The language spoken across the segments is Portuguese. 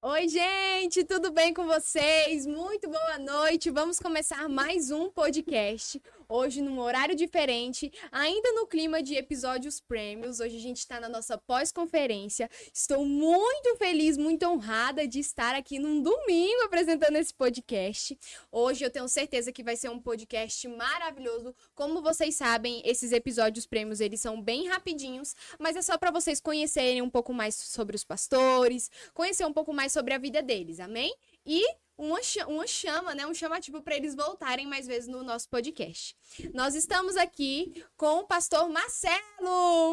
Oi, gente, tudo bem com vocês? Muito boa noite. Vamos começar mais um podcast. Hoje, num horário diferente, ainda no clima de episódios prêmios. Hoje a gente está na nossa pós-conferência. Estou muito feliz, muito honrada de estar aqui num domingo apresentando esse podcast. Hoje eu tenho certeza que vai ser um podcast maravilhoso. Como vocês sabem, esses episódios prêmios, eles são bem rapidinhos, mas é só para vocês conhecerem um pouco mais sobre os pastores, conhecer um pouco mais sobre a vida deles, amém? E uma chama, né? Um chamativo para eles voltarem mais vezes no nosso podcast. Nós estamos aqui com o pastor Marcelo!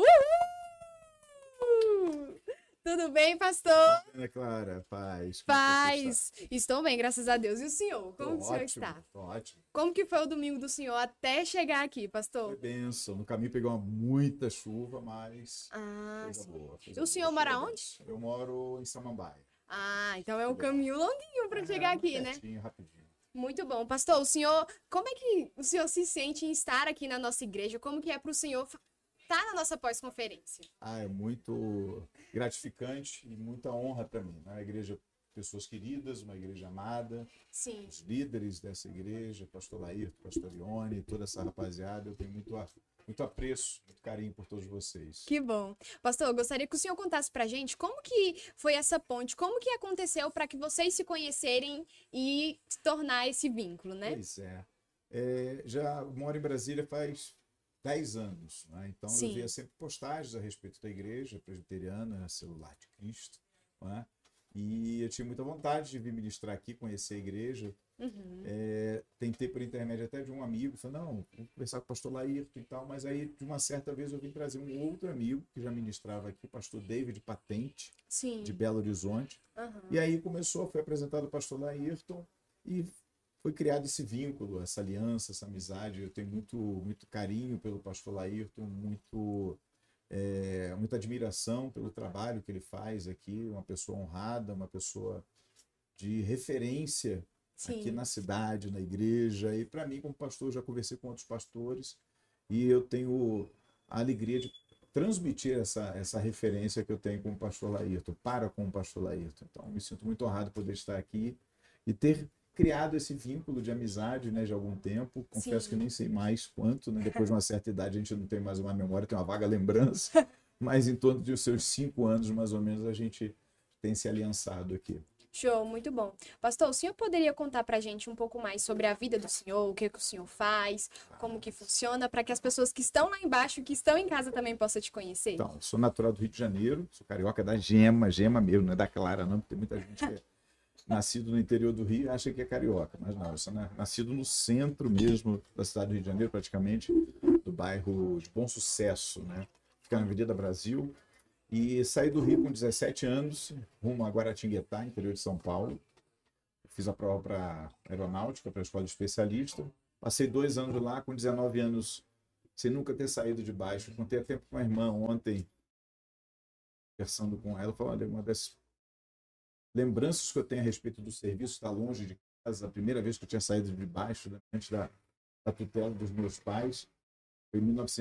Uhul! Tudo bem, pastor? Ana Clara, paz. Paz. Estou bem, graças a Deus. E o senhor? Como o senhor está? Tô ótimo. Como que foi o domingo do senhor até chegar aqui, pastor? Foi bênção. No caminho pegou muita chuva, mas coisa Sim. boa. E o senhor mora onde? Eu moro em Samambaia. Então é um caminho longuinho para chegar aqui, né? Rapidinho. Muito bom. Pastor, o senhor, como é que o senhor se sente em estar aqui na nossa igreja? Como que é para o senhor estar na nossa pós-conferência? É muito gratificante e muita honra para mim. Uma igreja, pessoas queridas, uma igreja amada. Sim. Os líderes dessa igreja, pastor Laírto, pastor Ione, toda essa rapaziada, eu tenho muito apreço, muito carinho por todos vocês. Que bom. Pastor, eu gostaria que o senhor contasse pra gente como que foi essa ponte, como que aconteceu para que vocês se conhecerem e se tornar esse vínculo, né? Pois é. Já moro em Brasília faz 10 anos, né? Então Sim. eu via sempre postagens a respeito da igreja presbiteriana, Celular de Cristo, né? E eu tinha muita vontade de vir ministrar aqui, conhecer a igreja. Uhum. Tentei por intermédio até de um amigo, falei, não, vou conversar com o pastor Laírto e tal, mas aí de uma certa vez eu vim trazer um outro amigo que já ministrava aqui, o pastor David Patente, Sim. de Belo Horizonte. Uhum. E aí foi apresentado o pastor Laírton e foi criado esse vínculo, essa aliança, essa amizade. Eu tenho muito carinho pelo pastor Laírton, muita admiração pelo trabalho que ele faz aqui, uma pessoa honrada, uma pessoa de referência. Sim. Aqui na cidade, na igreja. E para mim, como pastor, já conversei com outros pastores e eu tenho a alegria de transmitir essa referência que eu tenho com o pastor Laírton, com o pastor Laírton. Então, me sinto muito honrado por poder estar aqui e ter criado esse vínculo de amizade, né, de algum tempo. Confesso Sim. que nem sei mais quanto, né? Depois de uma certa idade a gente não tem mais uma memória, tem uma vaga lembrança, mas em torno dos seus 5 anos, mais ou menos, a gente tem se aliançado aqui. Show, muito bom. Pastor, o senhor poderia contar pra gente um pouco mais sobre a vida do senhor, o que o senhor faz, como que funciona, para que as pessoas que estão lá embaixo, que estão em casa também possam te conhecer? Então, sou natural do Rio de Janeiro, sou carioca da Gema mesmo, não é da Clara não, porque tem muita gente que é nascido no interior do Rio e acha que é carioca, mas não, eu sou nascido no centro mesmo da cidade do Rio de Janeiro, praticamente, do bairro de Bom Sucesso, né? Fica na Avenida Brasil. E saí do Rio com 17 anos, rumo a Guaratinguetá, interior de São Paulo. Fiz a prova para aeronáutica, para a escola de especialista. Passei 2 anos lá, com 19 anos, sem nunca ter saído de baixo. Contei até com a irmã ontem, conversando com ela, falando, olha, uma das lembranças que eu tenho a respeito do serviço, está longe de casa, a primeira vez que eu tinha saído de baixo, né, antes da tutela dos meus pais. Foi em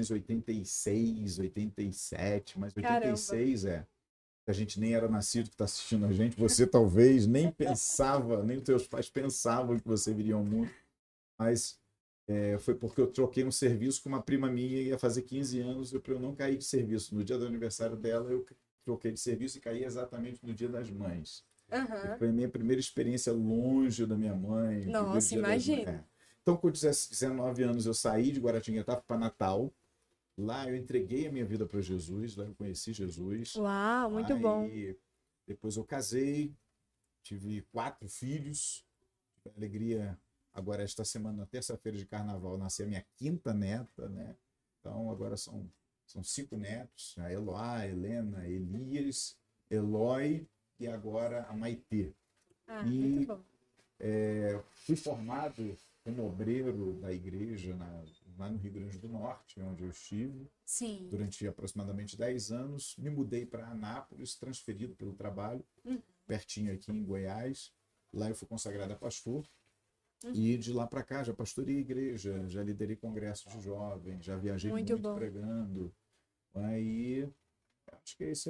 1986, 87, mas 86 Caramba. A gente nem era nascido que está assistindo a gente. Você talvez nem pensava, nem os teus pais pensavam que você viria ao mundo. Mas foi porque eu troquei um serviço com uma prima minha, ia fazer 15 anos, para eu não cair de serviço. No dia do aniversário dela, eu troquei de serviço e caí exatamente no Dia das Mães. Uhum. Foi a minha primeira experiência longe da minha mãe. Nossa, imagina. Então, com 19 anos, eu saí de Guaratinguetá para Natal. Lá eu entreguei a minha vida para Jesus, lá eu conheci Jesus. Uau, muito bom. Depois eu casei, tive 4 filhos. Tive a alegria, agora esta semana, na terça-feira de carnaval, nasceu a minha 5ª neta, né? Então agora são 5 netos, a Eloá, a Helena, Elias, Eloy e agora a Maitê. Muito bom. Fui formado como obreiro da igreja lá no Rio Grande do Norte, onde eu estive. Sim. Durante aproximadamente 10 anos. Me mudei para Anápolis, transferido pelo trabalho, pertinho aqui em Goiás. Lá eu fui consagrado a pastor. E de lá para cá já pastorei igreja, já liderei congressos de jovens, já viajei muito pregando. Aí, acho que é isso aí.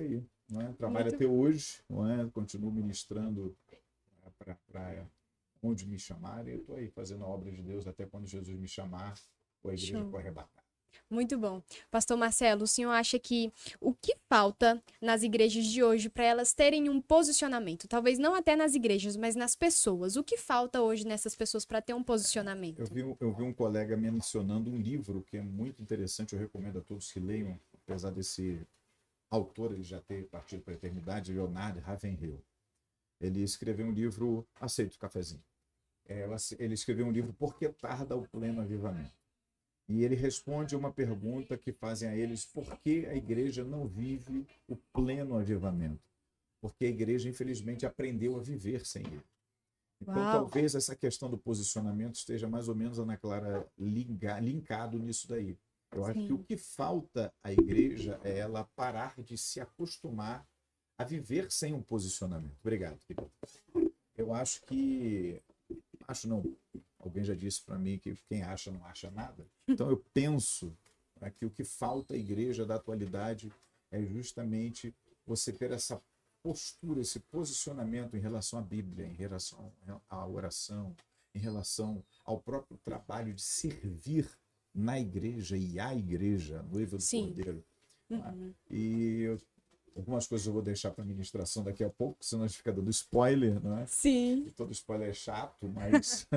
não é? Trabalho Muito até hoje, não é? Continuo ministrando para onde me chamarem. Eu estou aí fazendo a obra de Deus até quando Jesus me chamar, ou a igreja show. for arrebatar. Muito bom. Pastor Marcelo, o senhor acha que o que falta nas igrejas de hoje para elas terem um posicionamento? Talvez não até nas igrejas, mas nas pessoas. O que falta hoje nessas pessoas para ter um posicionamento? Eu vi um colega mencionando um livro que é muito interessante, eu recomendo a todos que leiam, apesar desse autor ele já ter partido para a eternidade, Leonard Ravenhill. Ele escreveu um livro, aceito o cafezinho. Ele escreveu um livro Por que tarda o pleno avivamento? E ele responde uma pergunta que fazem a eles: por que a igreja não vive o pleno avivamento? Porque a igreja, infelizmente, aprendeu a viver sem ele. Então, Uau. talvez essa questão do posicionamento esteja mais ou menos, Ana Clara, linkado nisso daí. Eu acho que o que falta à igreja é ela parar de se acostumar a viver sem um posicionamento. Obrigado, querido. Eu acho que... Acho não. Alguém já disse para mim que quem acha não acha nada. Então eu penso, né, que o que falta à igreja da atualidade é justamente você ter essa postura, esse posicionamento em relação à Bíblia, em relação à oração, em relação ao próprio trabalho de servir na igreja e à igreja, noiva do Cordeiro. Uhum. E algumas coisas eu vou deixar para a ministração daqui a pouco, senão a gente fica dando spoiler, não é? Sim. E todo spoiler é chato, mas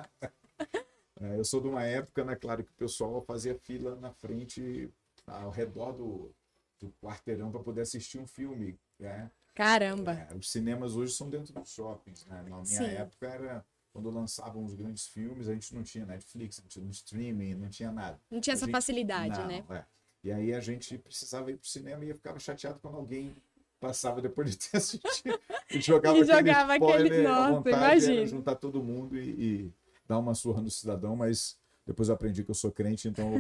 eu sou de uma época, né, claro, que o pessoal fazia fila na frente, ao redor do quarteirão para poder assistir um filme, né? Caramba. Os cinemas hoje são dentro dos shoppings, né? Na minha época era quando lançavam os grandes filmes, a gente não tinha Netflix, não tinha streaming, não tinha nada. Não tinha essa facilidade, né? E aí a gente precisava ir pro cinema e eu ficava chateado quando alguém passava depois de ter assistido e jogava aquele spoiler. A vontade era juntar todo mundo e dar uma surra no cidadão, mas depois eu aprendi que eu sou crente, então...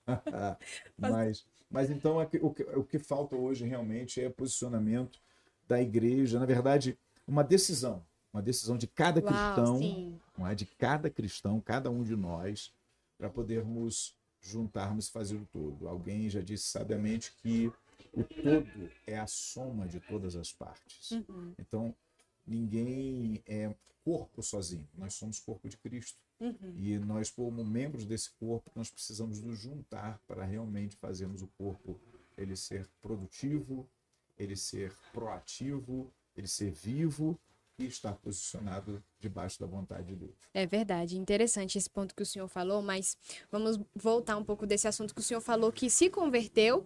mas então o que falta hoje realmente é posicionamento da igreja, na verdade, uma decisão de cada cristão, não é? De cada cristão, cada um de nós, para podermos juntarmos e fazer o todo. Alguém já disse sabiamente que o todo é a soma de todas as partes. Uhum. Então, ninguém é corpo sozinho. Nós somos corpo de Cristo. Uhum. E nós, como membros desse corpo, nós precisamos nos juntar para realmente fazermos o corpo ele ser produtivo, ele ser proativo, ele ser vivo e estar posicionado debaixo da vontade de Deus. É verdade, interessante esse ponto que o senhor falou, mas vamos voltar um pouco desse assunto que o senhor falou, que se converteu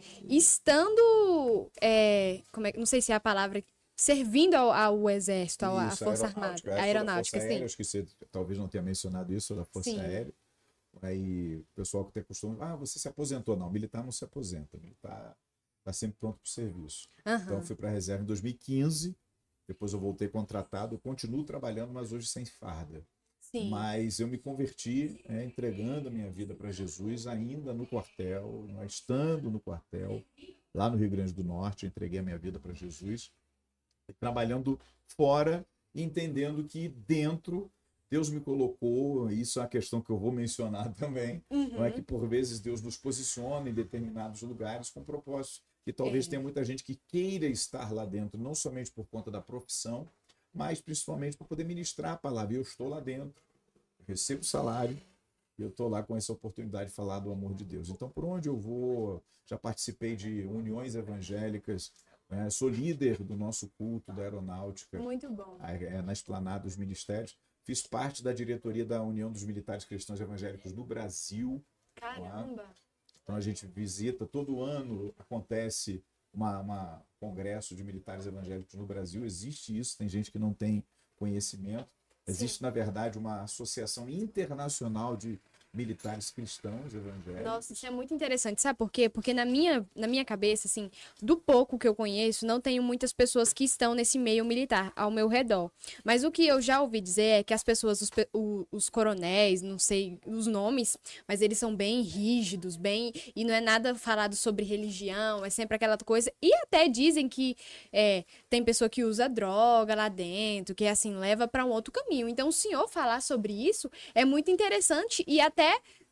estando, não sei se é a palavra, servindo ao exército, à Força Armada, à Aeronáutica, sim. Acho que você talvez não tenha mencionado isso, da Força Aérea. Aí o pessoal que tem costume, você se aposentou. Não, militar não se aposenta, militar está sempre pronto para o serviço. Uhum. Então eu fui para a reserva em 2015, depois eu voltei contratado, eu continuo trabalhando, mas hoje sem farda. Sim. Mas eu me converti, entregando a minha vida para Jesus ainda no quartel, estando no quartel, lá no Rio Grande do Norte, eu entreguei a minha vida para Jesus, trabalhando fora, entendendo que dentro Deus me colocou, isso é uma questão que eu vou mencionar também, não é que por vezes Deus nos posiciona em determinados lugares com propósito, que talvez tenha muita gente que queira estar lá dentro, não somente por conta da profissão, mas principalmente para poder ministrar a palavra. E eu estou lá dentro, recebo salário, e eu estou lá com essa oportunidade de falar do amor de Deus. Então, por onde eu vou, já participei de uniões evangélicas, sou líder do nosso culto da Aeronáutica. Muito bom. Na Esplanada dos Ministérios. Fiz parte da diretoria da União dos Militares Cristãos Evangélicos do Brasil. Caramba! Então a gente visita, todo ano acontece uma congresso de militares evangélicos no Brasil. Existe isso, tem gente que não tem conhecimento. Existe, na verdade, uma associação internacional de militares cristãos evangélicos. Nossa, isso é muito interessante, sabe por quê? Porque na minha cabeça, assim, do pouco que eu conheço, não tenho muitas pessoas que estão nesse meio militar ao meu redor. Mas o que eu já ouvi dizer é que as pessoas, os coronéis, não sei os nomes, mas eles são bem rígidos, e não é nada falado sobre religião, é sempre aquela coisa. E até dizem que tem pessoa que usa droga lá dentro, que assim, leva para um outro caminho. Então, o senhor falar sobre isso é muito interessante e até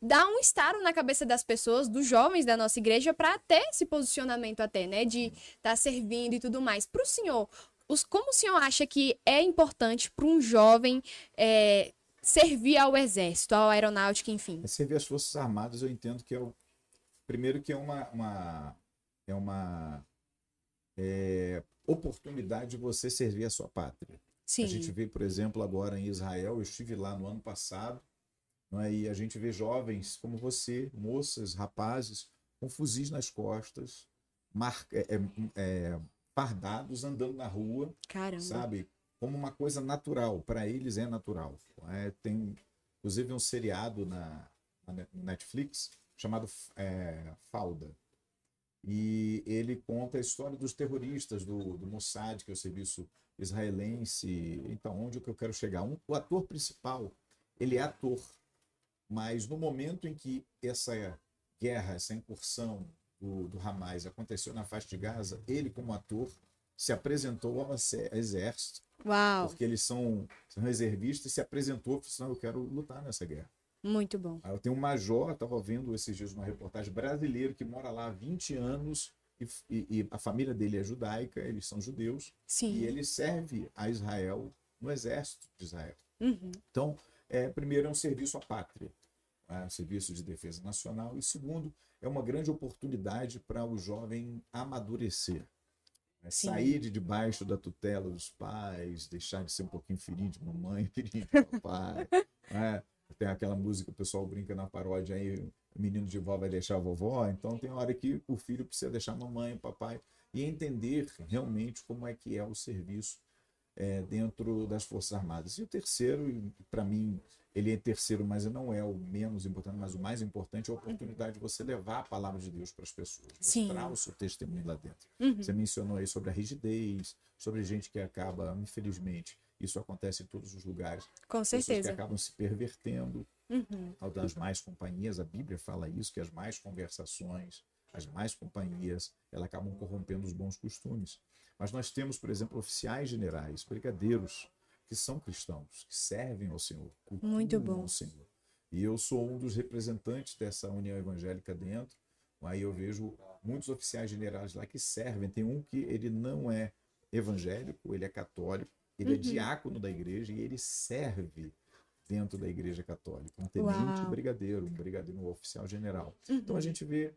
dá um estalo na cabeça das pessoas, dos jovens da nossa igreja, para ter esse posicionamento até, né? De estar servindo e tudo mais. Para o senhor, como o senhor acha que é importante para um jovem servir ao exército, à aeronáutica, enfim? Servir as Forças Armadas, eu entendo que primeiro que é uma oportunidade de você servir a sua pátria. Sim. A gente vê, por exemplo, agora em Israel, eu estive lá no ano passado, não é? E a gente vê jovens como você, moças, rapazes, com fuzis nas costas, fardados, andando na rua. Caramba. Sabe? Como uma coisa natural. Para eles é natural. Tem, inclusive, um seriado na Netflix chamado Fauda. E ele conta a história dos terroristas do Mossad, que é o serviço israelense. Então, onde é que eu quero chegar? O ator principal, ele é ator. Mas no momento em que essa guerra, essa incursão do Hamas aconteceu na faixa de Gaza, ele, como ator, se apresentou ao exército. Uau. Porque eles são reservistas, e se apresentou e falou assim, eu quero lutar nessa guerra. Muito bom. Aí eu tenho um major, estava vendo esses dias uma reportagem, brasileiro que mora lá há 20 anos e a família dele é judaica, eles são judeus. Sim. E ele serve a Israel no exército de Israel. Uhum. Então, primeiro é um serviço à pátria, um serviço de defesa nacional, e segundo, é uma grande oportunidade para o jovem amadurecer. Sair de debaixo da tutela dos pais, deixar de ser um pouquinho filhinho de mamãe, filhinho de papai. Tem aquela música, o pessoal brinca na paródia aí, o menino de vó vai deixar a vovó. Então tem hora que o filho precisa deixar a mamãe, o papai, e entender realmente como é que é o serviço dentro das Forças Armadas. E o terceiro, para mim, ele é terceiro, mas não é o menos importante, mas o mais importante é a oportunidade de você levar a palavra de Deus para as pessoas, mostrar o seu testemunho lá dentro. Uhum. Você mencionou aí sobre a rigidez, sobre gente que acaba, infelizmente, isso acontece em todos os lugares. Com certeza. Pessoas que acabam se pervertendo. Uhum. Das mais companhias, a Bíblia fala isso, que as mais conversações, as mais companhias, elas acabam corrompendo os bons costumes. Mas nós temos, por exemplo, oficiais generais, brigadeiros, que são cristãos, que servem ao Senhor, muito bom ao Senhor. E eu sou um dos representantes dessa união evangélica dentro. Aí eu vejo muitos oficiais generais lá que servem. Tem um que ele não é evangélico, ele é católico, ele é diácono da igreja e ele serve dentro da igreja católica. Um tenente brigadeiro, um oficial general. Então a gente vê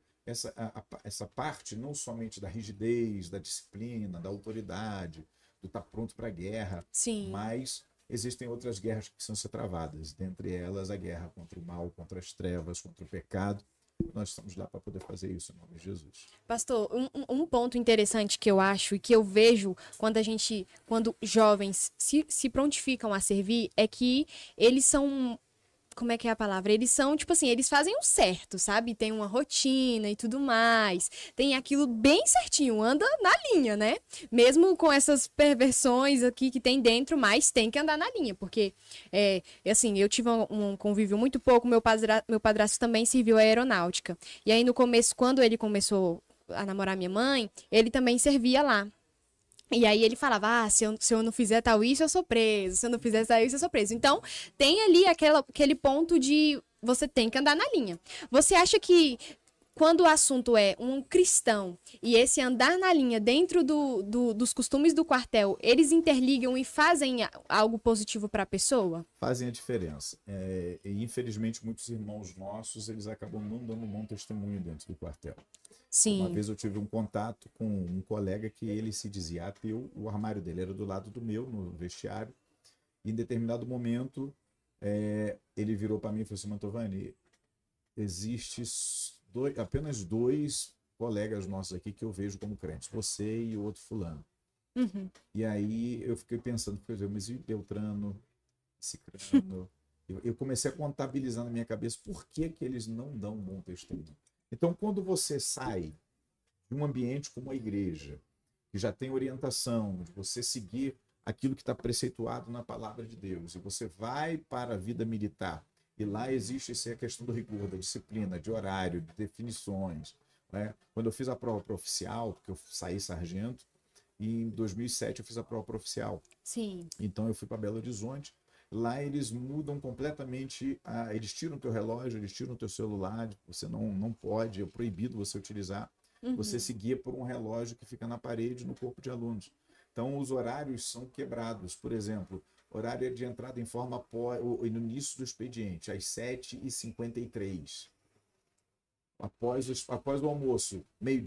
essa parte não somente da rigidez, da disciplina, da autoridade, do estar pronto para a guerra, Sim. Mas existem outras guerras que precisam ser travadas, dentre elas a guerra contra o mal, contra as trevas, contra o pecado. Nós estamos lá para poder fazer isso, em nome de Jesus. Pastor, um ponto interessante que eu acho e que eu vejo quando jovens se prontificam a servir é que eles são, como é que é a palavra? Eles são, tipo assim, eles fazem o certo, sabe? Tem uma rotina e tudo mais. Tem aquilo bem certinho, anda na linha, né? Mesmo com essas perversões aqui que tem dentro, mas tem que andar na linha. Porque, assim, eu tive um convívio muito pouco, meu padrasto também serviu a aeronáutica. E aí, no começo, quando ele começou a namorar minha mãe, ele também servia lá. E aí ele falava, se eu não fizer tal isso, eu sou preso. Se eu não fizer tal isso, eu sou preso. Então, tem ali aquele ponto de você tem que andar na linha. Você acha que quando o assunto é um cristão e esse andar na linha dentro dos costumes do quartel, eles interligam e fazem algo positivo para a pessoa? Fazem a diferença. E infelizmente, muitos irmãos nossos, eles acabam não dando um bom testemunho dentro do quartel. Sim. Uma vez eu tive um contato com um colega que ele se dizia ateu, o armário dele era do lado do meu, no vestiário, e em determinado momento ele virou para mim e falou assim, Mantovani, existe apenas dois colegas nossos aqui que eu vejo como crentes, você e o outro fulano. Uhum. E aí eu fiquei pensando, mas e Beltrano, Cicrano? Eu comecei a contabilizar na minha cabeça por que eles não dão um bom testemunho. Então, quando você sai de um ambiente como a igreja, que já tem orientação de você seguir aquilo que está preceituado na palavra de Deus, e você vai para a vida militar, e lá existe essa questão do rigor, da disciplina, de horário, de definições. Né? Quando eu fiz a prova para oficial, porque eu saí sargento, e em 2007 eu fiz a prova para oficial. Sim. Então eu fui para Belo Horizonte, Lá eles mudam completamente, eles tiram o teu relógio, eles tiram o teu celular, você não pode, é proibido você utilizar. Você se guia por um relógio que fica na parede no corpo de alunos. Então, os horários são quebrados. Por exemplo, horário de entrada em forma no início do expediente, às 7h53. Após o almoço,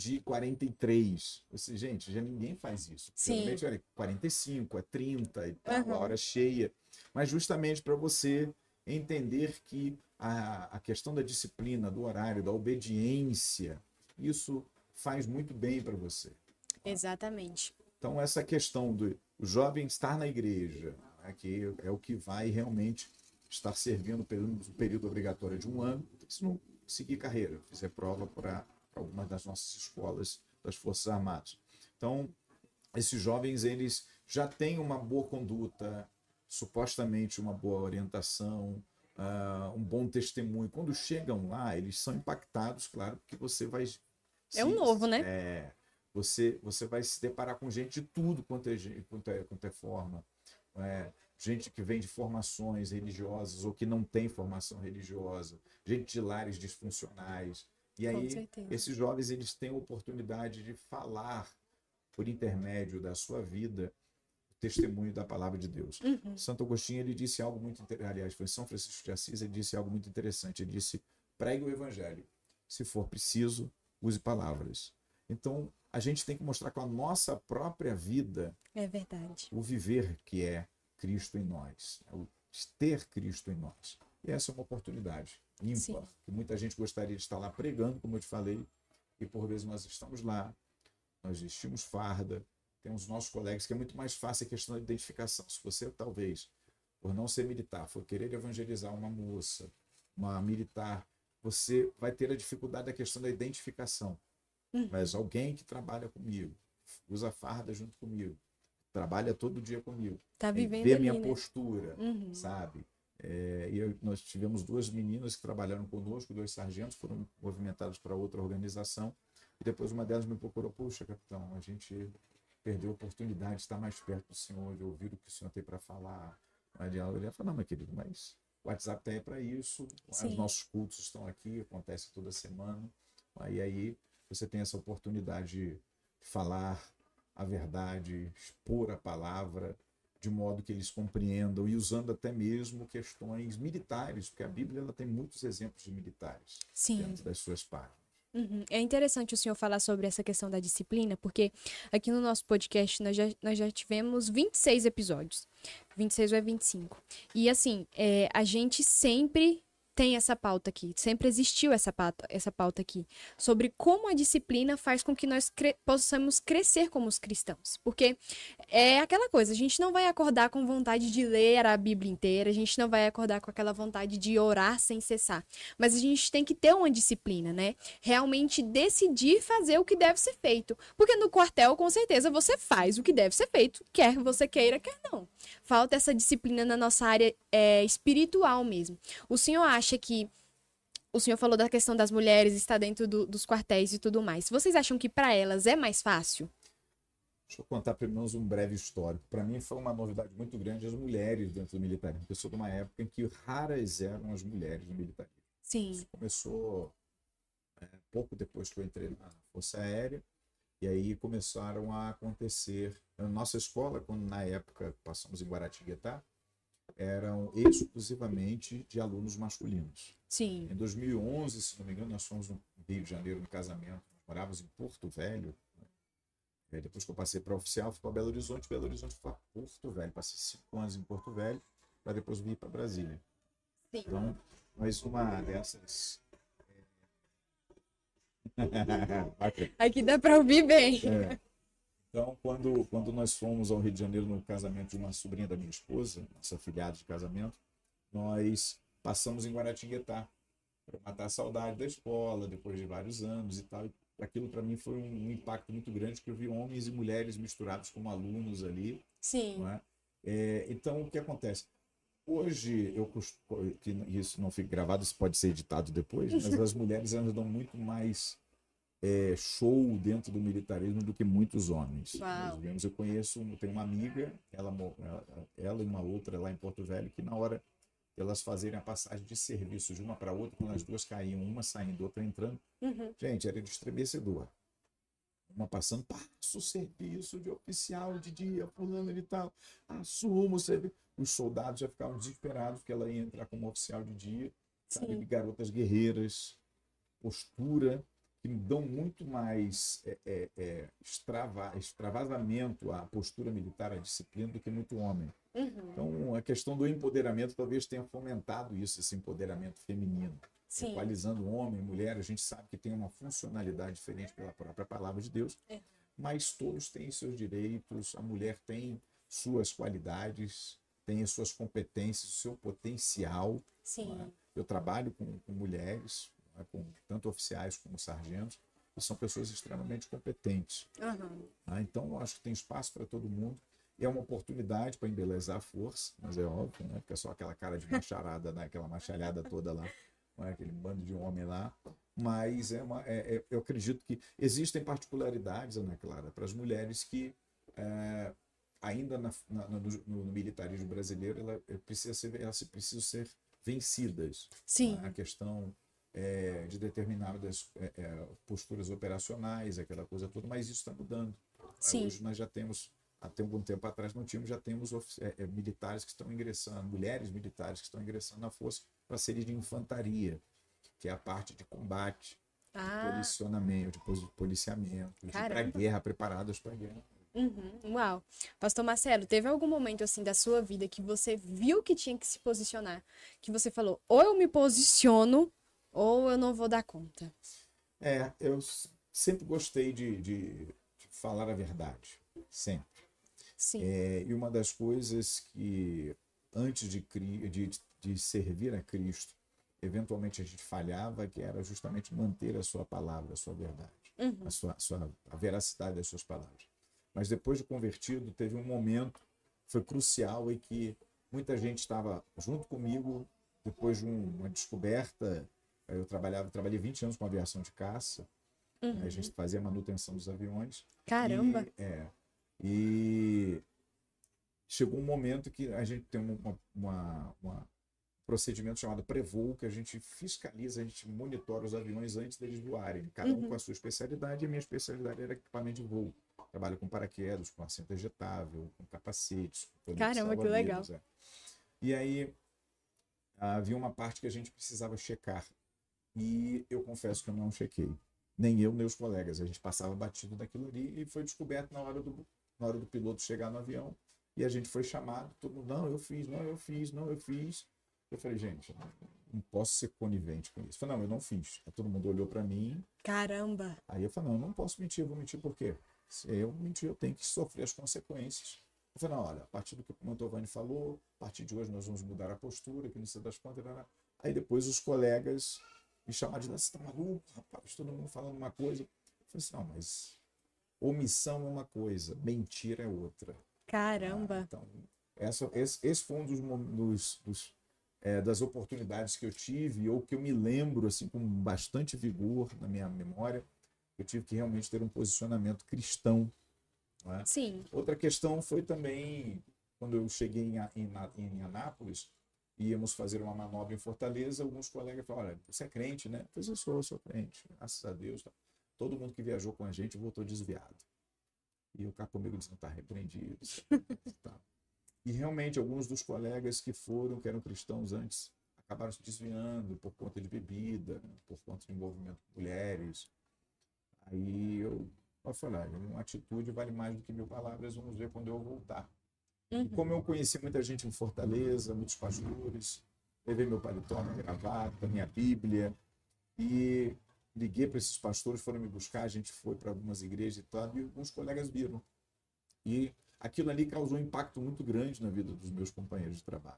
12h43. Gente, já ninguém faz isso. Sim. Geralmente é 45, é 30 e tal, a hora cheia. Mas justamente para você entender que a questão da disciplina, do horário, da obediência, isso faz muito bem para você. Exatamente. Então, essa questão do jovem estar na igreja, que é o que vai realmente estar servindo o período obrigatório de 1 ano, se não seguir carreira, fizer prova para algumas das nossas escolas das Forças Armadas. Então, esses jovens, eles já têm uma boa conduta, supostamente uma boa orientação, um bom testemunho. Quando chegam lá, eles são impactados, claro, porque você vai... É um novo, né? Você vai se deparar com gente de tudo quanto é forma. Gente que vem de formações religiosas ou que não tem formação religiosa, gente de lares disfuncionais. E aí, esses jovens, eles têm a oportunidade de falar, por intermédio da sua vida, o testemunho da palavra de Deus. Santo Agostinho, ele disse algo muito interessante, aliás, foi São Francisco de Assis, ele disse algo muito interessante. Ele disse: pregue o evangelho. Se for preciso, use palavras. Então, a gente tem que mostrar com a nossa própria vida, é verdade, o viver que é Cristo em nós, o ter Cristo em nós. E essa é uma oportunidade ímpar, que muita gente gostaria de estar lá pregando, como eu te falei, e por vezes nós estamos lá, nós vestimos farda, temos nossos colegas, que é muito mais fácil a questão da identificação. Se você, talvez, por não ser militar, for querer evangelizar uma moça, uma militar, você vai ter a dificuldade da questão da identificação. Mas alguém que trabalha comigo, usa farda junto comigo, trabalha todo dia comigo, vê a minha postura, sabe? Nós tivemos 2 meninas que trabalharam conosco, 2 sargentos, foram movimentados para outra organização, e depois uma delas me procurou: puxa, capitão, a gente perdeu a oportunidade de estar mais perto do senhor, de ouvir o que o senhor tem para falar. Aí ela falou: não, meu querido, mas o WhatsApp está aí para isso, os nossos cultos estão aqui, acontece toda semana. Aí você tem essa oportunidade de falar a verdade, expor a palavra, de modo que eles compreendam, e usando até mesmo questões militares, porque a Bíblia ela tem muitos exemplos de militares dentro das suas páginas. É interessante o senhor falar sobre essa questão da disciplina, porque aqui no nosso podcast nós já tivemos 26 episódios. 26 ou é 25. E assim, a gente sempre tem essa pauta aqui, sempre existiu essa pauta aqui, sobre como a disciplina faz com que nós possamos crescer como os cristãos. Porque é aquela coisa, a gente não vai acordar com vontade de ler a Bíblia inteira, a gente não vai acordar com aquela vontade de orar sem cessar. Mas a gente tem que ter uma disciplina, né? Realmente decidir fazer o que deve ser feito. Porque no quartel, com certeza, você faz o que deve ser feito, quer você queira, quer não. Falta essa disciplina na nossa área espiritual mesmo. O senhor acha que... O senhor falou da questão das mulheres estar dentro dos quartéis e tudo mais. Vocês acham que para elas é mais fácil? Deixa eu contar pelo menos um breve histórico. Para mim foi uma novidade muito grande as mulheres dentro do militarismo. Eu sou de uma época em que raras eram as mulheres no militarismo. Sim. Isso começou pouco depois que eu entrei na Força Aérea. E aí começaram a acontecer... Na nossa escola, quando na época passamos em Guaratinguetá, eram exclusivamente de alunos masculinos. Sim. Em 2011, se não me engano, nós fomos no Rio de Janeiro, no casamento. Nós morávamos em Porto Velho. Depois que eu passei para oficial, fui para Belo Horizonte foi para Porto Velho. Passei 5 anos em Porto Velho, para depois vir para Brasília. Sim. Então, mais uma dessas... Aqui dá para ouvir bem. Então, quando nós fomos ao Rio de Janeiro no casamento de uma sobrinha da minha esposa, nossa afilhada de casamento, nós passamos em Guaratinguetá para matar a saudade da escola, depois de vários anos e tal. Aquilo para mim foi um impacto muito grande, que eu vi homens e mulheres misturados como alunos ali. Sim. Não é? Então, o que acontece? Hoje, que isso não fica gravado, isso pode ser editado depois, mas as mulheres elas dão muito mais show dentro do militarismo do que muitos homens. Uau. Nós vemos, tenho uma amiga, ela e uma outra lá em Porto Velho, que na hora elas fazerem a passagem de serviço de uma para outra, quando as duas caíam, uma saindo, outra entrando, gente, era de estremecedor. Uma passando, passa o serviço de oficial de dia, fulano e tal, assuma o serviço. Os soldados já ficavam desesperados porque ela ia entrar como oficial de dia, sabe? Garotas guerreiras, postura, que dão muito mais extravasamento à postura militar, à disciplina, do que muito homem. Então, a questão do empoderamento talvez tenha fomentado isso, esse empoderamento feminino. Equalizando homem e mulher, a gente sabe que tem uma funcionalidade diferente pela própria palavra de Deus, mas todos têm seus direitos, a mulher tem suas qualidades, tem as suas competências, o seu potencial. Eu trabalho com mulheres, com tanto oficiais como sargentos, que são pessoas extremamente competentes. Então, eu acho que tem espaço para todo mundo. É uma oportunidade para embelezar a força, mas é óbvio, né? Porque é só aquela cara de macharada, né? Aquela machalhada toda lá, não é? Aquele bando de homem lá. Mas eu acredito que existem particularidades, Ana Clara, para as mulheres que ainda no militarismo brasileiro elas precisam ser vencidas. A questão de determinadas posturas operacionais, aquela coisa toda, mas isso está mudando. Hoje nós já temos, até algum tempo atrás já temos militares que estão ingressando, mulheres militares que estão ingressando na força para serem de infantaria, que é a parte de combate, de posicionamento, de policiamento, de ir para a guerra, preparadas para a guerra. Uau. Pastor Marcelo, teve algum momento assim da sua vida que você viu que tinha que se posicionar, que você falou, ou eu me posiciono, ou eu não vou dar conta? Eu sempre gostei de falar a verdade, sempre. E uma das coisas que, antes de servir a Cristo, eventualmente a gente falhava, que era justamente manter a sua palavra, a sua verdade, a veracidade das suas palavras. Mas depois de convertido, teve um momento, foi crucial, em que muita gente estava junto comigo, depois de uma descoberta. Eu trabalhei 20 anos com aviação de caça, a gente fazia manutenção dos aviões. Caramba! E chegou um momento que a gente tem um procedimento chamado pré-voo, que a gente fiscaliza, a gente monitora os aviões antes deles voarem, cada um com a sua especialidade, e a minha especialidade era equipamento de voo. Trabalho com paraquedas, com assento ejetável, com capacetes. Caramba, que legal! E aí havia uma parte que a gente precisava checar. E eu confesso que eu não chequei. Nem eu, nem os colegas. A gente passava batido daquilo ali e foi descoberto na hora do piloto chegar no avião. E a gente foi chamado, todo mundo, não, eu fiz. Eu falei, gente, não posso ser conivente com isso. Eu falei, não, eu não fiz. Aí todo mundo olhou para mim. Caramba! Aí eu falei, não, eu não posso mentir, eu vou mentir por quê? Se eu mentir, eu tenho que sofrer as consequências. Eu falei, não, olha, a partir do que o Mantovani falou, a partir de hoje nós vamos mudar a postura, que não sei das contas. Aí depois os colegas me chamaram de você tá maluco, rapaz, todo mundo falando uma coisa. Eu falei assim, não, mas omissão é uma coisa, mentira é outra. Caramba! Então, esse foi um das oportunidades que eu tive, ou que eu me lembro assim, com bastante vigor na minha memória. Eu tive que realmente ter um posicionamento cristão. Né? Outra questão foi também, quando eu cheguei em Anápolis, íamos fazer uma manobra em Fortaleza, alguns colegas falaram, olha, você é crente, né? Eu falei, eu sou crente, graças a Deus. Todo mundo que viajou com a gente voltou desviado. E o cara comigo disse, não está repreendido. E realmente, alguns dos colegas que eram cristãos antes, acabaram se desviando por conta de bebida, por conta de envolvimento com mulheres. Aí eu falei, uma atitude vale mais do que 1000 palavras, vamos ver quando eu voltar. E como eu conheci muita gente em Fortaleza, muitos pastores, levei meu paletó, minha gravata, minha Bíblia, e liguei para esses pastores, foram me buscar, a gente foi para algumas igrejas e tal, e alguns colegas viram. E aquilo ali causou um impacto muito grande na vida dos meus companheiros de trabalho.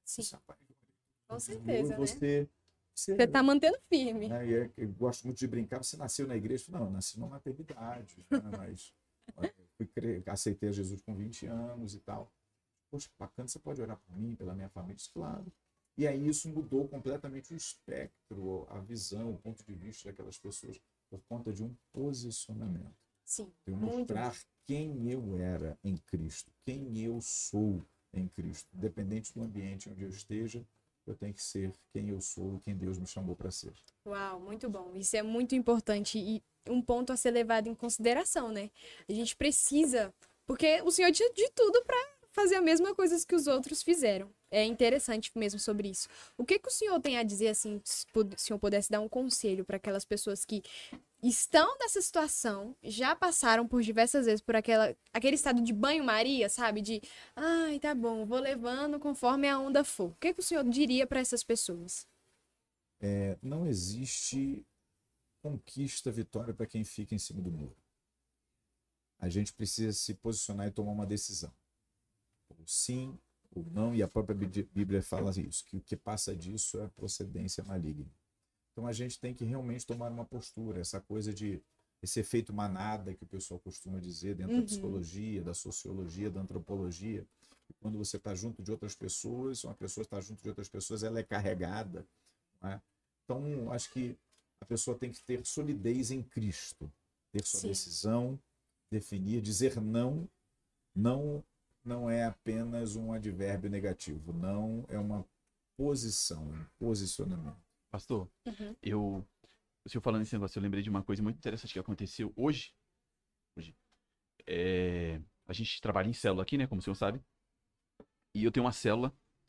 Com certeza, né? Você está mantendo firme. Né? Eu gosto muito de brincar. Você nasceu na igreja? Não, eu nasci numa maternidade. Né? Mas aceitei a Jesus com 20 anos e tal. Poxa, bacana, você pode orar por mim, pela minha família? Claro. E aí isso mudou completamente o espectro, a visão, o ponto de vista daquelas pessoas. por conta de um posicionamento. Sim. De eu Muito mostrar quem eu era em Cristo, quem eu sou em Cristo. Independente do ambiente onde eu esteja, eu tenho que ser quem eu sou, quem Deus me chamou para ser. Uau, muito bom. Isso é muito importante e um ponto a ser levado em consideração, né? A gente precisa, porque o Senhor tinha de tudo para fazer a mesma coisa que os outros fizeram. É interessante mesmo sobre isso. O que que o Senhor tem a dizer, assim, se o Senhor pudesse dar um conselho para aquelas pessoas que estão nessa situação, já passaram por diversas vezes por aquele estado de banho-maria, sabe? De, ai, tá bom, vou levando conforme a onda for. O que que o Senhor diria para essas pessoas? Não existe conquista, vitória para quem fica em cima do muro. A gente precisa se posicionar e tomar uma decisão. O sim, o não, e a própria Bíblia fala isso, que o que passa disso é procedência maligna. Então a gente tem que realmente tomar uma postura, essa coisa de esse efeito manada que o pessoal costuma dizer dentro da psicologia, da sociologia, da antropologia. E quando você está junto de outras pessoas, uma pessoa está junto de outras pessoas, ela é carregada. Não é? Então, acho que a pessoa tem que ter solidez em Cristo, ter sua decisão, definir, dizer não. Não é apenas um advérbio negativo, não é uma posição, um posicionamento. Pastor, o senhor falando esse negócio, eu lembrei de uma coisa muito interessante que aconteceu hoje. A gente trabalha em célula aqui, né, como o senhor sabe, e eu tenho uma célula.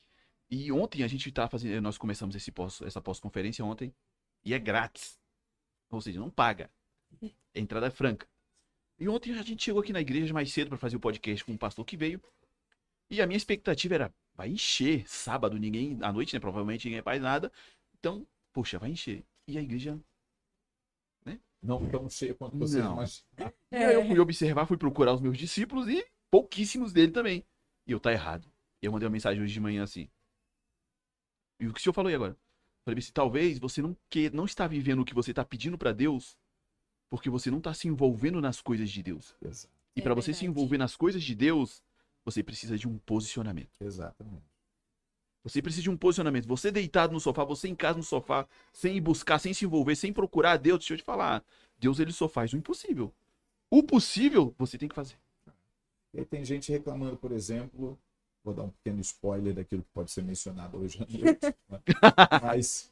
E ontem a gente tá fazendo, nós começamos essa pós-conferência ontem, e é grátis. Ou seja, não paga. A entrada é franca. E ontem a gente chegou aqui na igreja mais cedo para fazer o podcast com um pastor que veio. E a minha expectativa era, vai encher. Sábado, ninguém, à noite, né? Provavelmente ninguém faz nada. Então, poxa, vai encher. E a igreja, né? Não tão cheia quanto vocês, Não. mas... E aí eu fui observar, fui procurar os meus discípulos e pouquíssimos dele também. E eu tá errado. Eu mandei uma mensagem hoje de manhã assim. E o que o senhor falou aí agora? Falei assim, talvez você não está vivendo o que você está pedindo para Deus porque você não está se envolvendo nas coisas de Deus. Exato. E para você se verdade. envolver nas coisas de Deus, você precisa de um posicionamento. Exatamente. Você precisa de um posicionamento. Você deitado no sofá, você em casa no sofá, sem ir buscar, sem se envolver, sem procurar a Deus, deixa eu te falar. Deus, ele só faz o impossível. O possível, você tem que fazer. E aí tem gente reclamando, por exemplo, vou dar um pequeno spoiler daquilo que pode ser mencionado hoje à noite, né? Mas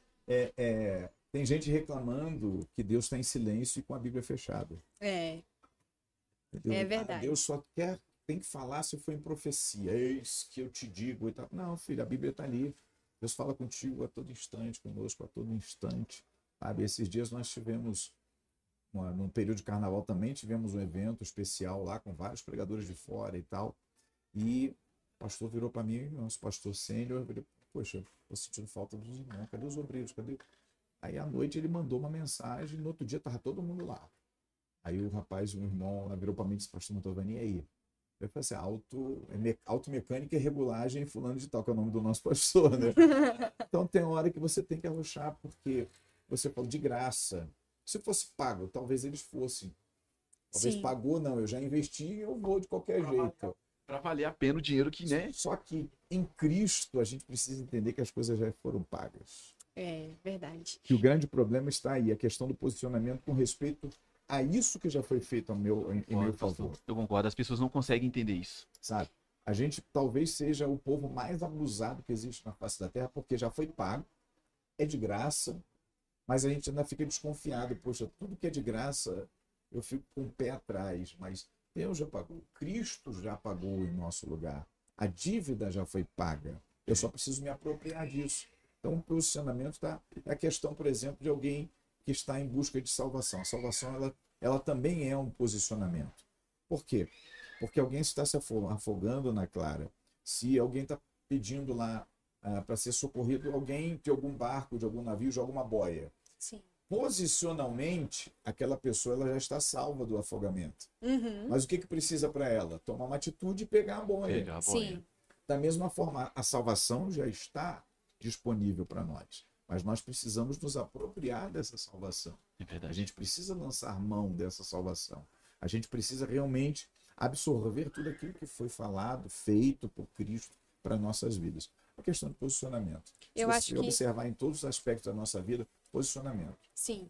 tem gente reclamando que Deus está em silêncio e com a Bíblia fechada. Entendeu? É verdade. Deus só tem que falar se for em profecia. Eis que eu te digo e tal. Não, filho, a Bíblia está ali. Deus fala contigo a todo instante, conosco a todo instante. Sabe? Esses dias nós tivemos, num período de carnaval também, tivemos um evento especial lá com vários pregadores de fora e tal. E o pastor virou para mim, nosso pastor sênior, eu falei, poxa, estou sentindo falta dos irmãos, cadê os obreiros? Cadê? Aí à noite ele mandou uma mensagem, no outro dia estava todo mundo lá. Aí o rapaz, um irmão, lá virou para mim e disse, pastor Mantovani, e aí? Eu falei assim, automecânica e regulagem fulano de tal, que é o nome do nosso pastor, né? Então tem hora que você tem que arrochar, porque você falou de graça. Se fosse pago, talvez eles fossem. Talvez pagou, não, eu já investi, eu vou de qualquer jeito. Para valer a pena o dinheiro que, né? Só que em Cristo a gente precisa entender que as coisas já foram pagas. É verdade. Que o grande problema está aí, a questão do posicionamento com respeito a isso que já foi feito em meu favor. Eu concordo, as pessoas não conseguem entender isso. Sabe? A gente talvez seja o povo mais abusado que existe na face da terra, porque já foi pago, é de graça, mas a gente ainda fica desconfiado. Poxa, tudo que é de graça, eu fico com o pé atrás, mas Deus já pagou, Cristo já pagou em nosso lugar, a dívida já foi paga, eu só preciso me apropriar disso. Então o posicionamento está a questão, por exemplo, de alguém que está em busca de salvação. A salvação ela também é um posicionamento. Por quê? Porque alguém está se afogando na clara. Se alguém está pedindo lá para ser socorrido, alguém de algum barco, de algum navio, joga uma boia. Sim. Posicionalmente, aquela pessoa ela já está salva do afogamento. Mas o que precisa para ela? Tomar uma atitude e pegar a boia. Pegar a boia. Sim. Da mesma forma, a salvação já está disponível para nós. Mas nós precisamos nos apropriar dessa salvação. É verdade. A gente precisa lançar mão dessa salvação. A gente precisa realmente absorver tudo aquilo que foi falado, feito por Cristo para nossas vidas. A questão de posicionamento. Eu Se acho você que... observar em todos os aspectos da nossa vida, posicionamento. Sim.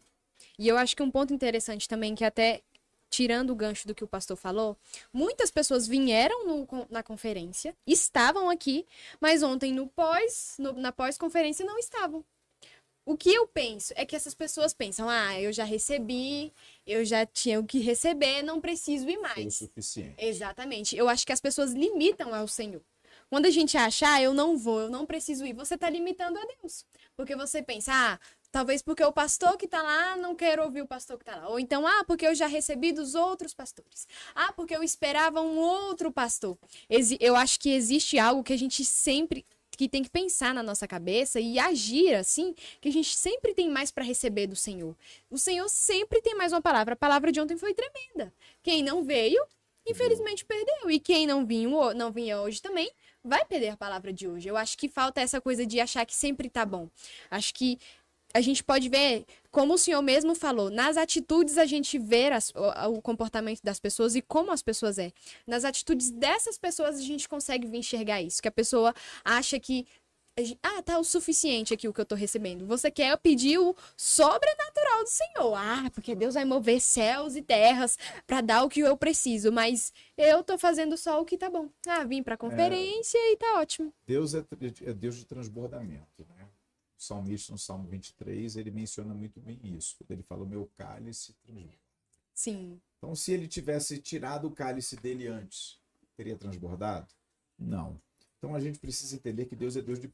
E eu acho que um ponto interessante também, que até tirando o gancho do que o pastor falou, muitas pessoas vieram na conferência, estavam aqui, mas ontem na pós-conferência não estavam. O que eu penso é que essas pessoas pensam, eu já recebi, eu já tinha o que receber, não preciso ir mais. Foi o suficiente. Exatamente. Eu acho que as pessoas limitam ao Senhor. Quando a gente acha, eu não vou, eu não preciso ir, você está limitando a Deus. Porque você pensa, talvez porque o pastor que está lá, não quero ouvir o pastor que está lá. Ou então, porque eu já recebi dos outros pastores. Porque eu esperava um outro pastor. Eu acho que existe algo que a gente sempre que tem que pensar na nossa cabeça e agir assim, que a gente sempre tem mais para receber do Senhor. O Senhor sempre tem mais uma palavra. A palavra de ontem foi tremenda. Quem não veio, infelizmente perdeu. E quem não vinha hoje também, vai perder a palavra de hoje. Eu acho que falta essa coisa de achar que sempre tá bom. Acho que a gente pode ver, como o Senhor mesmo falou, nas atitudes a gente vê o comportamento das pessoas e como as pessoas é. Nas atitudes dessas pessoas a gente consegue enxergar isso, que a pessoa acha que tá o suficiente aqui o que eu tô recebendo. Você quer pedir o sobrenatural do Senhor. Porque Deus vai mover céus e terras para dar o que eu preciso, mas eu tô fazendo só o que tá bom. Vim pra conferência e tá ótimo. Deus é Deus de transbordamento, né? O salmista, no Salmo 23, ele menciona muito bem isso. Ele fala, o meu cálice transborda. Sim. Então, se ele tivesse tirado o cálice dele antes, teria transbordado? Não. Então, a gente precisa entender que Deus é Deus de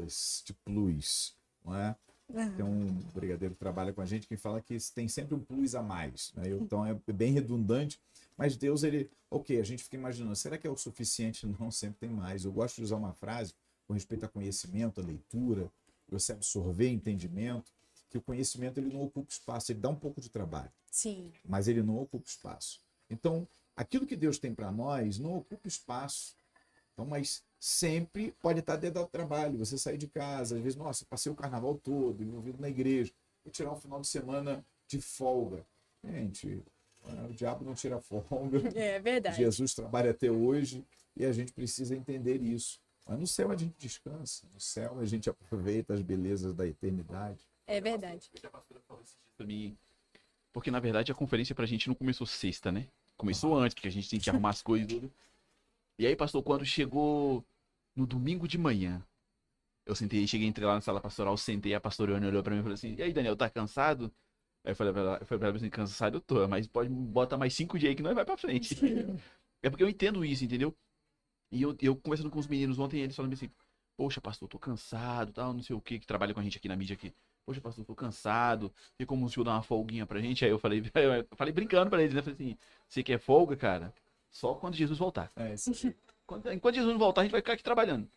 plus, não é? Tem um brigadeiro que trabalha com a gente que fala que tem sempre um plus a mais, né? Então, é bem redundante, mas Deus, a gente fica imaginando, será que é o suficiente? Não, sempre tem mais. Eu gosto de usar uma frase com respeito a conhecimento, a leitura, você absorver entendimento, que o conhecimento ele não ocupa espaço, ele dá um pouco de trabalho. Sim. Mas ele não ocupa espaço. Então, aquilo que Deus tem para nós não ocupa espaço. Então, mas sempre pode estar dentro do trabalho. Você sair de casa, às vezes, passei o carnaval todo envolvido na igreja, vou tirar um final de semana de folga. Gente, o diabo não tira folga. É verdade. Jesus trabalha até hoje e a gente precisa entender isso. Mas no céu a gente descansa, no céu a gente aproveita as belezas da eternidade. É verdade. A pastora falou esses dias pra mim, porque na verdade a conferência pra gente não começou sexta, né? Começou antes, porque a gente tem que arrumar as coisas e tudo. E aí, pastor, quando chegou no domingo de manhã, entrei lá na sala pastoral, sentei, a pastora olhou pra mim e falou assim, e aí, Daniel, tá cansado? Aí eu falei pra ela assim, cansado eu tô, mas bota mais 5 dias aí que nós vai pra frente. É porque eu entendo isso, entendeu? E eu conversando com os meninos ontem, eles falaram assim, poxa, pastor, tô cansado, tal, não sei o que trabalha com a gente aqui na mídia aqui. Poxa, pastor, tô cansado, tem como o senhor dar uma folguinha pra gente? Aí eu falei brincando pra eles, né? Falei assim, você quer folga, cara? Só quando Jesus voltar. Enquanto Jesus não voltar, a gente vai ficar aqui trabalhando.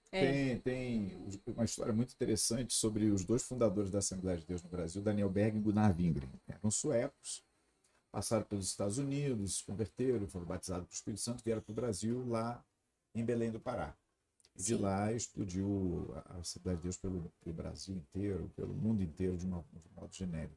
Tem uma história muito interessante sobre os dois fundadores da Assembleia de Deus no Brasil, Daniel Berg e Gunnar Wingren. Eram suecos, passaram pelos Estados Unidos, se converteram, foram batizados pelo Espírito Santo, vieram para o Brasil, lá em Belém do Pará. E de lá explodiu a Assembleia de Deus pelo Brasil inteiro, pelo mundo inteiro, de um modo genérico.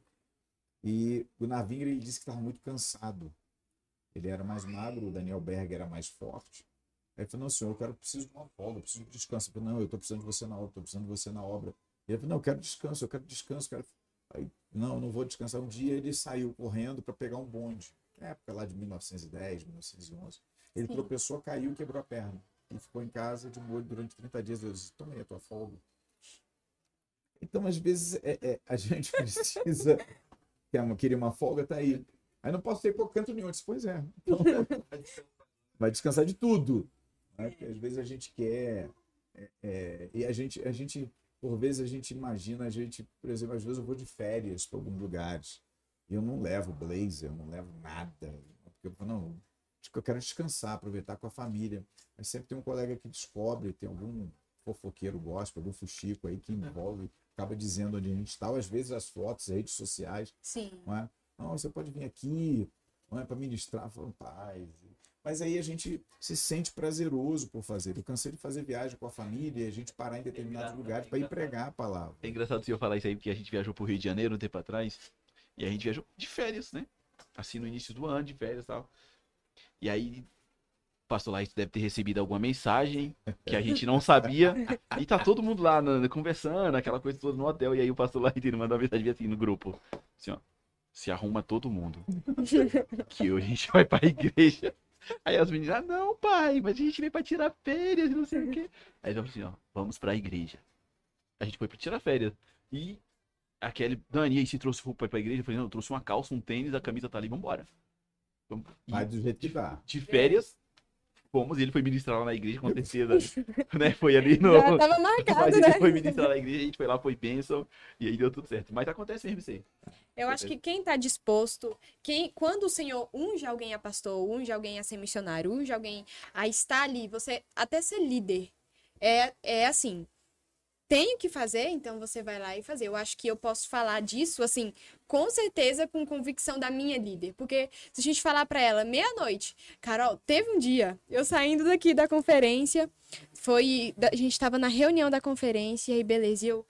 E Gunnar Wingren disse que estava muito cansado. Ele era mais magro, o Daniel Berg era mais forte. Aí ele falou, não, senhor, eu preciso de uma folga, eu preciso de descanso. Eu falei, não, eu estou precisando de você na obra, estou precisando de você na obra. E ele falou, não, eu quero descanso. Aí, não vou descansar. Um dia ele saiu correndo para pegar um bonde, na época lá de 1910, 1911. Ele tropeçou, caiu e quebrou a perna. E ficou em casa de molho durante 30 dias. Eu disse, toma aí a tua folga. Então, às vezes, a gente precisa... Queria uma folga, tá aí. Aí não posso ter por canto nenhum. Eu disse, pois é. Então, vai descansar de tudo. Né? Porque às vezes a gente quer... e a gente, por vezes, a gente imagina, por exemplo, às vezes eu vou de férias para alguns lugares. E eu não levo blazer, eu não levo nada. Porque eu falo, não, eu quero descansar, aproveitar com a família. Mas sempre tem um colega que descobre, tem algum fofoqueiro gospel, algum fuxico aí que envolve, acaba dizendo onde a gente está. Às vezes as fotos, as redes sociais. Sim. Não é? Não, você pode vir aqui, não é, para ministrar, falando paz. Mas aí a gente se sente prazeroso por fazer. Eu cansei de fazer viagem com a família e a gente parar em determinados lugares para ir pregar a palavra. É engraçado o senhor falar isso aí, porque a gente viajou pro Rio de Janeiro um tempo atrás. E a gente viajou de férias, né? Assim, no início do ano, de férias e tal. E aí, o pastor lá deve ter recebido alguma mensagem que a gente não sabia. E tá todo mundo lá conversando, aquela coisa toda no hotel. E aí o pastor lá mandou uma mensagem assim no grupo. Assim, ó. se arruma todo mundo. Que hoje a gente vai pra igreja. Aí as meninas, ah, não, pai, mas a gente veio pra tirar férias e não sei o quê. Aí eu falei assim, ó, vamos pra igreja. A gente foi pra tirar férias. E a Kelly, Dani, aí você trouxe roupa pra igreja? Eu falei, não, eu trouxe uma calça, um tênis, a camisa tá ali, vambora. E Vai do jeito que dá. de férias, fomos, e ele foi ministrar lá na igreja, com certeza, né? Foi ali no... Já tava Mas marcado, ele né? foi ministrar na igreja, a gente foi lá, foi bênção, e aí deu tudo certo. Mas acontece mesmo isso aí. Eu acho que quem tá disposto, quando o Senhor unge alguém a pastor, unge alguém a ser missionário, unge alguém a estar ali, você até ser líder, é assim, tenho que fazer, então você vai lá e fazer. Eu acho que eu posso falar disso, assim, com certeza, com convicção da minha líder. Porque se a gente falar pra ela, meia-noite, Carol, teve um dia, eu saindo daqui da conferência, a gente tava na reunião da conferência, e aí beleza, e eu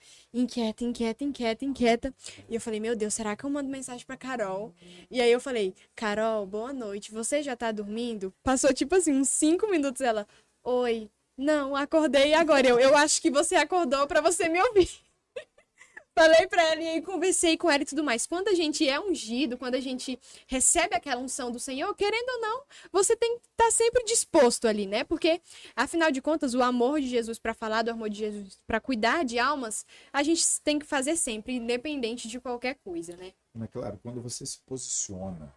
inquieta. E eu falei, meu Deus, será que eu mando mensagem pra Carol? E aí eu falei, Carol, boa noite, você já tá dormindo? Passou tipo assim, uns 5 minutos, ela, oi. Não, acordei agora. Eu acho que você acordou pra você me ouvir. Falei pra ela e aí conversei com ela e tudo mais. Quando a gente é ungido, quando a gente recebe aquela unção do Senhor, querendo ou não, você tem que estar sempre disposto ali, né? Porque, afinal de contas, o amor de Jesus pra falar do amor de Jesus pra cuidar de almas, a gente tem que fazer sempre, independente de qualquer coisa, né? Mas, claro, quando você se posiciona,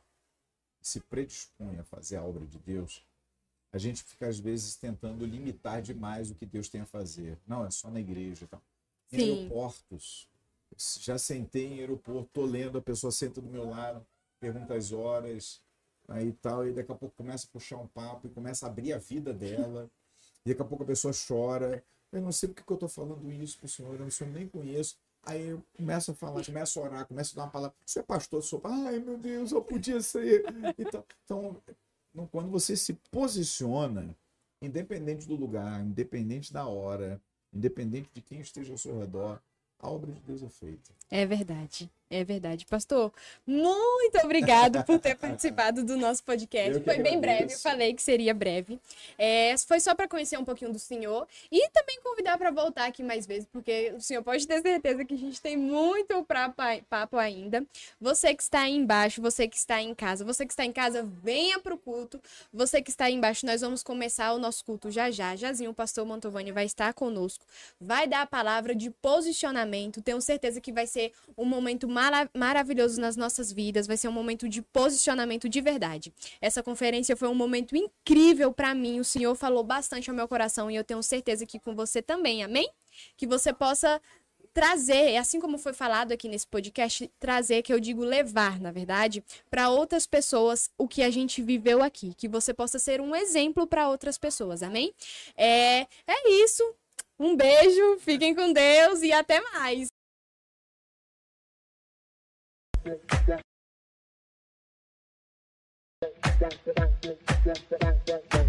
se predispõe a fazer a obra de Deus, a gente fica, às vezes, tentando limitar demais o que Deus tem a fazer. Não, é só na igreja. Então. Em Sim. aeroportos. Já sentei em aeroporto, tô lendo, a pessoa senta do meu lado, pergunta as horas, aí tal, e daqui a pouco começa a puxar um papo e começa a abrir a vida dela. E daqui a pouco a pessoa chora. Eu não sei porque que eu tô falando isso pro senhor, eu não nem conheço. Aí eu começo a falar, começo a orar, começo a dar uma palavra. Você é pastor? Sou. Ai, meu Deus, eu podia ser. Então, quando você se posiciona, independente do lugar, independente da hora, independente de quem esteja ao seu redor, a obra de Deus é feita. É verdade. É verdade. Pastor, muito obrigado por ter participado do nosso podcast. Foi bem breve, eu falei que seria breve. Foi só para conhecer um pouquinho do senhor e também convidar para voltar aqui mais vezes, porque o senhor pode ter certeza que a gente tem muito papo ainda. Você que está aí embaixo, você que está em casa, venha pro culto. Você que está aí embaixo, nós vamos começar o nosso culto já. Jazinho, o pastor Mantovani vai estar conosco, vai dar a palavra de posicionamento. Tenho certeza que vai ser um momento maravilhoso nas nossas vidas, vai ser um momento de posicionamento de verdade. Essa conferência foi um momento incrível para mim, o Senhor falou bastante ao meu coração e eu tenho certeza que com você também, amém? Que você possa trazer, assim como foi falado aqui nesse podcast, trazer, que eu digo levar, na verdade, para outras pessoas o que a gente viveu aqui, que você possa ser um exemplo para outras pessoas, amém? É isso, um beijo, fiquem com Deus e até mais! Yeah.